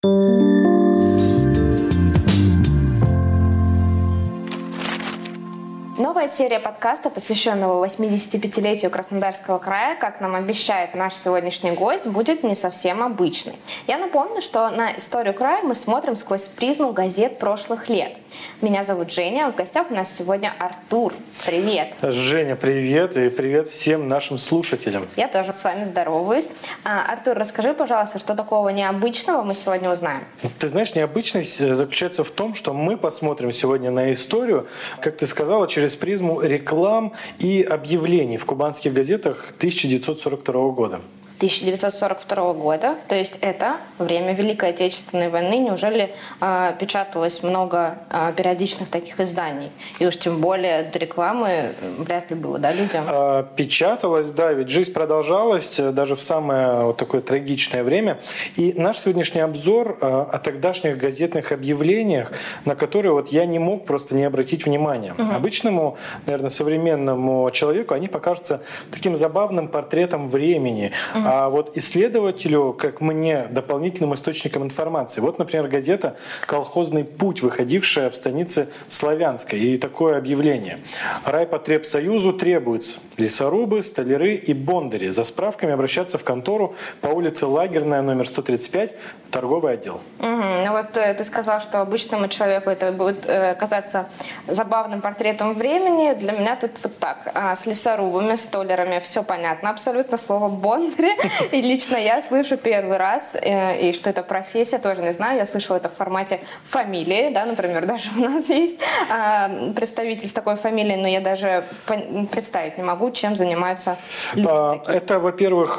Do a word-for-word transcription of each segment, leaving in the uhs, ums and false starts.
Новая серия подкаста, посвященного восьмидесятипятилетию Краснодарского края, как нам обещает наш сегодняшний гость, будет не совсем обычной. Я напомню, что на историю края мы смотрим сквозь призму газет прошлых лет. Меня зовут Женя, в гостях у нас сегодня Артур. Привет! Женя, привет, и привет всем нашим слушателям. Я тоже с вами здороваюсь. А, Артур, расскажи, пожалуйста, что такого необычного мы сегодня узнаем? Ты знаешь, необычность заключается в том, что мы посмотрим сегодня на историю, как ты сказала, через призму реклам и объявлений в кубанских газетах тысяча девятьсот сорок второго года. тысяча девятьсот сорок второго года, то есть это время Великой Отечественной войны. Неужели э, печаталось много э, периодичных таких изданий? И уж тем более до рекламы вряд ли было, да, людям? А, печаталось, да, ведь жизнь продолжалась даже в самое вот такое трагичное время. И наш сегодняшний обзор э, о тогдашних газетных объявлениях, на которые вот я не мог просто не обратить внимания. Угу. Обычному, наверное, современному человеку они покажутся таким забавным портретом времени. Угу. А вот исследователю, как мне, дополнительным источником информации. Вот, например, газета «Колхозный путь», выходившая в станице Славянской. И такое объявление. Райпотребсоюзу требуется лесорубы, столяры и бондари. За справками обращаться в контору по улице Лагерная, номер сто тридцать пять, торговый отдел. Угу. Ну вот ты сказал, что обычному человеку это будет э, казаться забавным портретом времени. Для меня тут вот так. А, с лесорубами, столярами все понятно. Абсолютно слово «бондари». И лично я слышу первый раз, э, и что это профессия, тоже не знаю. Я слышала это в формате фамилии, да, например, даже у нас есть э, представитель с такой фамилией, но я даже представить не могу, чем занимаются люди а, такие. Это, во-первых,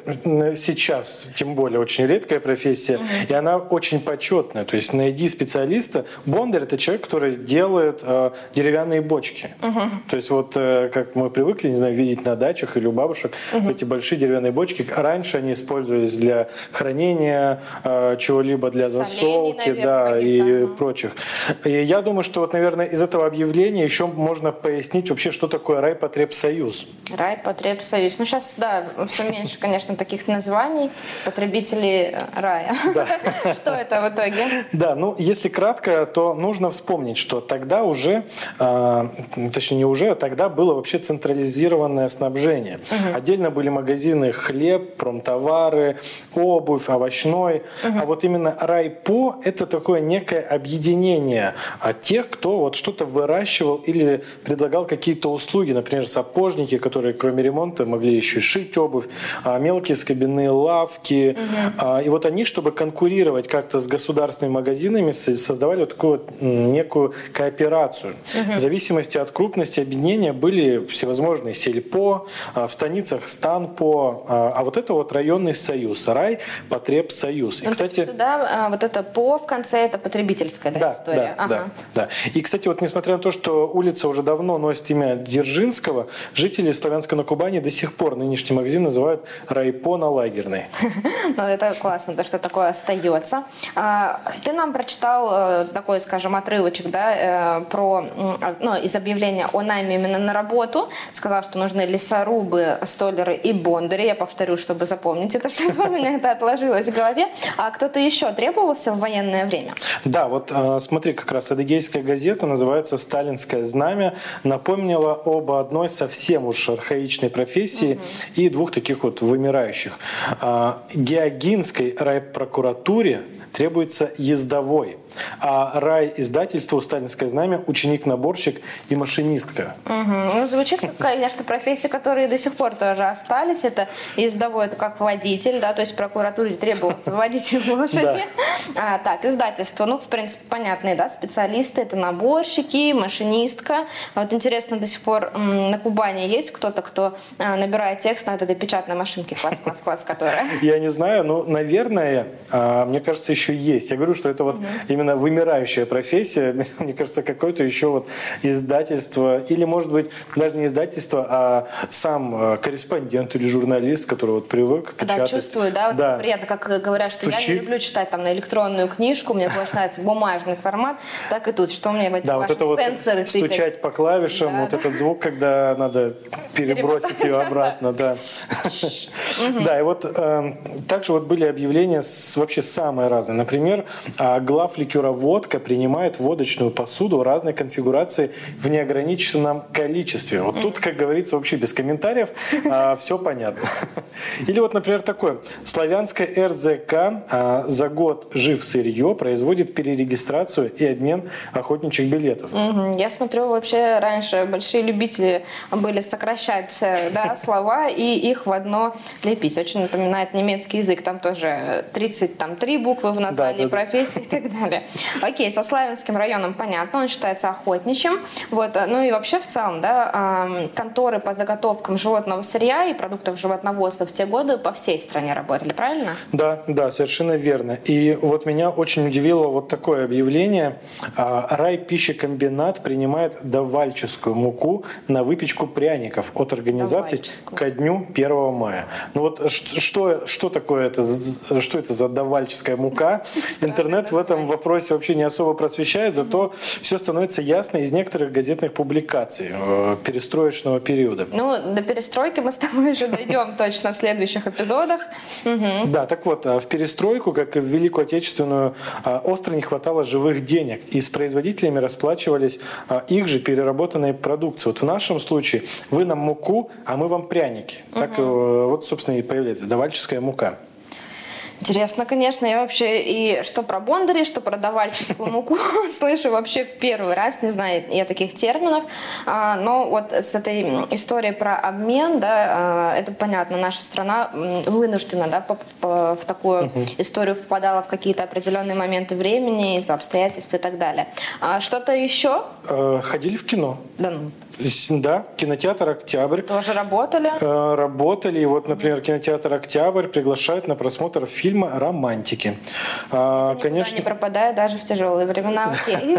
сейчас, тем более, очень редкая профессия, угу. и она очень почетная. То есть найди специалиста. Бондарь – это человек, который делает э, деревянные бочки. Угу. То есть вот э, как мы привыкли, не знаю, видеть на дачах или у бабушек, угу. эти большие деревянные бочки. Раньше они использовались для хранения э, чего-либо, для засолки, наверное, да, и да. прочих. И я думаю, что вот, наверное, из этого объявления еще можно пояснить вообще, что такое Райпотребсоюз. Райпотребсоюз. Ну, сейчас, да, все меньше, конечно, таких названий. Потребители рая. Да. Что это в итоге? Да, ну, если кратко, то нужно вспомнить, что тогда уже, э, точнее, не уже, а тогда было вообще централизированное снабжение. Угу. Отдельно были магазины хлеб, промтовары, обувь, овощной. Угу. А вот именно райпо – это такое некое объединение тех, кто вот что-то выращивал или предлагал какие-то услуги. Например, сапожники, которые кроме ремонта могли еще шить обувь, мелкие скобяные лавки. Угу. И вот они, чтобы конкурировать как-то с государственными магазинами, создавали вот такую вот некую кооперацию. Угу. В зависимости от крупности объединения были всевозможные сельпо, в станицах станпо, а вот это вот районный союз, Райпотребсоюз. И, кстати, сюда вот это по в конце, это потребительская, да, да, история? Да, ага. да, да. И, кстати, вот несмотря на то, что улица уже давно носит имя Дзержинского, жители Славянска на Кубани до сих пор нынешний магазин называют Райпо на Лагерной. Ну, это классно, то, что такое остается. Ты нам прочитал такой, скажем, отрывочек, да, про, ну, из объявления о найме именно на работу. Сказал, что нужны лесорубы, столяры и бондари. Я повторю, чтобы запомнить это, чтобы у меня это отложилось в голове. А кто-то еще требовался в военное время? Да, вот смотри, как раз адыгейская газета, называется «Сталинское знамя», напомнила об одной совсем уж архаичной профессии угу. и двух таких вот вымирающих. Геогинской райпрокуратуре требуется ездовой, а райиздательству «Сталинское знамя» ученик-наборщик и машинистка. Угу. Ну, звучит, как, конечно, профессии, которые до сих пор тоже остались. Это ездовой, это как водитель, да, то есть прокуратуре требовался водитель лошади. А, так, издательство, ну, в принципе, понятные, да, специалисты, это наборщики, машинистка. А вот интересно, до сих пор м, на Кубани есть кто-то, кто а, набирает текст на вот этой печатной машинке, класс-класс-класс, которая? Я не знаю, но, наверное, мне кажется, еще есть. Я говорю, что это вот именно вымирающая профессия. Мне кажется, какое-то еще вот издательство, или, может быть, даже не издательство, а сам корреспондент или журналист, который вот привык печатать. Да, чувствую, да, вот да. Это приятно, как говорят, что Стучит. Я не люблю читать там на электронную книжку, мне больше нравится бумажный формат, так и тут, что мне в эти да, ваши вот это сенсоры вот стучать тыкать. По клавишам, да. Вот этот звук, когда надо перебросить ее обратно, да. Да, и вот также вот были объявления с вообще самой разной разные. Например, главликероводка принимает водочную посуду разной конфигурации в неограниченном количестве. Вот тут, как говорится, вообще без комментариев, все понятно. Или вот, например, такое. Славянская эр зэ ка за год жив сырье производит перерегистрацию и обмен охотничьих билетов. Я смотрю, вообще раньше большие любители были сокращать, да, слова и их в одно лепить. Очень напоминает немецкий язык. Там тоже тридцать три буквы в названии, да, да, профессии и так далее. Окей, со Славянским районом понятно, он считается охотничьим. Вот. Ну и вообще в целом, да, конторы по заготовкам животного сырья и продуктов животноводства в те годы по всей стране работали, правильно? Да, да, совершенно верно. И вот меня очень удивило вот такое объявление. Райпищекомбинат принимает давальческую муку на выпечку пряников от организаций ко дню первого мая. Ну вот что, что такое это, что это за давальческая мука? Интернет в этом вопросе вообще не особо просвещает, зато все становится ясно из некоторых газетных публикаций перестроечного периода. Ну, до перестройки мы с тобой уже дойдем точно в следующих эпизодах. Угу. Да, так вот, в перестройку, как и в Великую Отечественную, остро не хватало живых денег, и с производителями расплачивались их же переработанной продукцией. Вот в нашем случае вы нам муку, а мы вам пряники. Угу. Так вот, собственно, и появляется давальческая мука. Интересно, конечно. Я вообще и что про бондари, что про давальческую муку слышу вообще в первый раз. Не знаю я таких терминов. Но вот с этой историей про обмен, да, это понятно. Наша страна вынуждена, да, в такую историю впадала в какие-то определенные моменты времени, из-за обстоятельств и так далее. Что-то еще? Ходили в кино. Да ну. Да, кинотеатр «Октябрь». Тоже работали? Э, работали. И вот, например, кинотеатр «Октябрь» приглашает на просмотр фильма «Романтики». Это никуда конечно... не пропадает даже в тяжелые времена.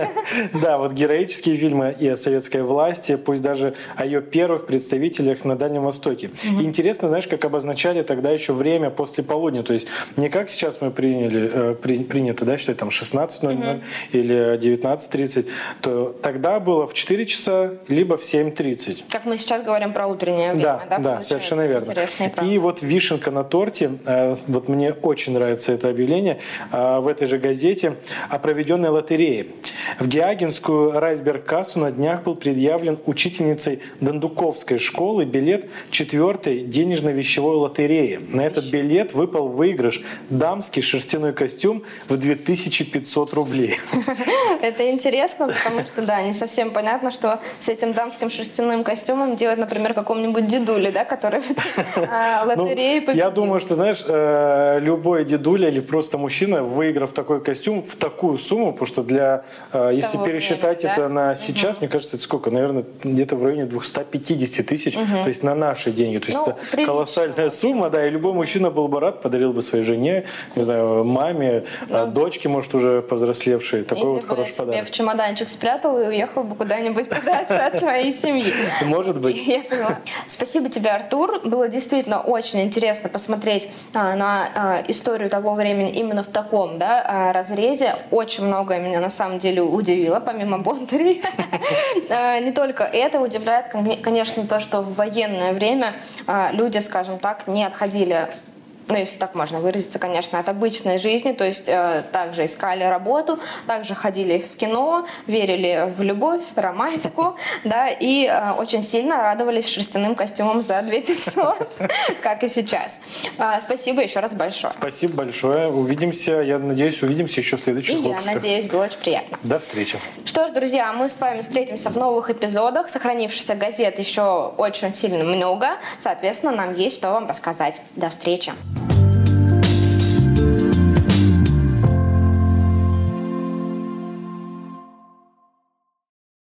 Да, вот героические фильмы и о советской власти, пусть даже о ее первых представителях на Дальнем Востоке. Интересно, знаешь, как обозначали тогда еще время после полудня. То есть не как сейчас мы приняли, принято, да, что там шестнадцать ноль ноль или девятнадцать тридцать, то тогда было в четыре часа, либо в семь тридцать. Как мы сейчас говорим про утреннее время, да? Да, да, совершенно верно. И вот вишенка на торте, вот мне очень нравится это объявление, в этой же газете о проведенной лотерее. В Геагинскую райсберкассу на днях был предъявлен учительницей Дондуковской школы билет четвертой денежно-вещевой лотереи. На этот билет выпал выигрыш дамский шерстяной костюм в две тысячи пятьсот рублей. Это интересно, потому что, да, не совсем понятно, что с этим дамским шерстяным костюмом делать, например, какому-нибудь дедуле, да, который в лотерее победил. Я думаю, что, знаешь, любой дедуля или просто мужчина, выиграв такой костюм в такую сумму, потому что для, если пересчитать это на сейчас, мне кажется, это сколько? Наверное, где-то в районе двести пятьдесят тысяч, то есть на наши деньги. То есть это колоссальная сумма, да, и любой мужчина был бы рад, подарил бы своей жене, не знаю, маме, дочке, может, уже повзрослевшей. Такой вот хороший подарок. Себе в чемоданчик спрятал и уехал бы куда-нибудь подальше от своей семьи. Может быть. Я поняла. Спасибо тебе, Артур. Было действительно очень интересно посмотреть а, на а, историю того времени именно в таком, да, а, разрезе. Очень многое меня на самом деле удивило, помимо бондарей. Не только это удивляет, конечно, то, что в военное время люди, скажем так, не отходили, ну, если так можно выразиться, конечно, от обычной жизни, то есть э, также искали работу, также ходили в кино, верили в любовь, романтику, да, и э, очень сильно радовались шерстяным костюмам за две тысячи пятьсот, как и сейчас. Э, спасибо еще раз большое. Спасибо большое. Увидимся, я надеюсь, увидимся еще в следующих и выпусках. Я надеюсь, было очень приятно. До встречи. Что ж, друзья, мы с вами встретимся в новых эпизодах. Сохранившихся газет еще очень сильно много. Соответственно, нам есть что вам рассказать. До встречи. Thank you.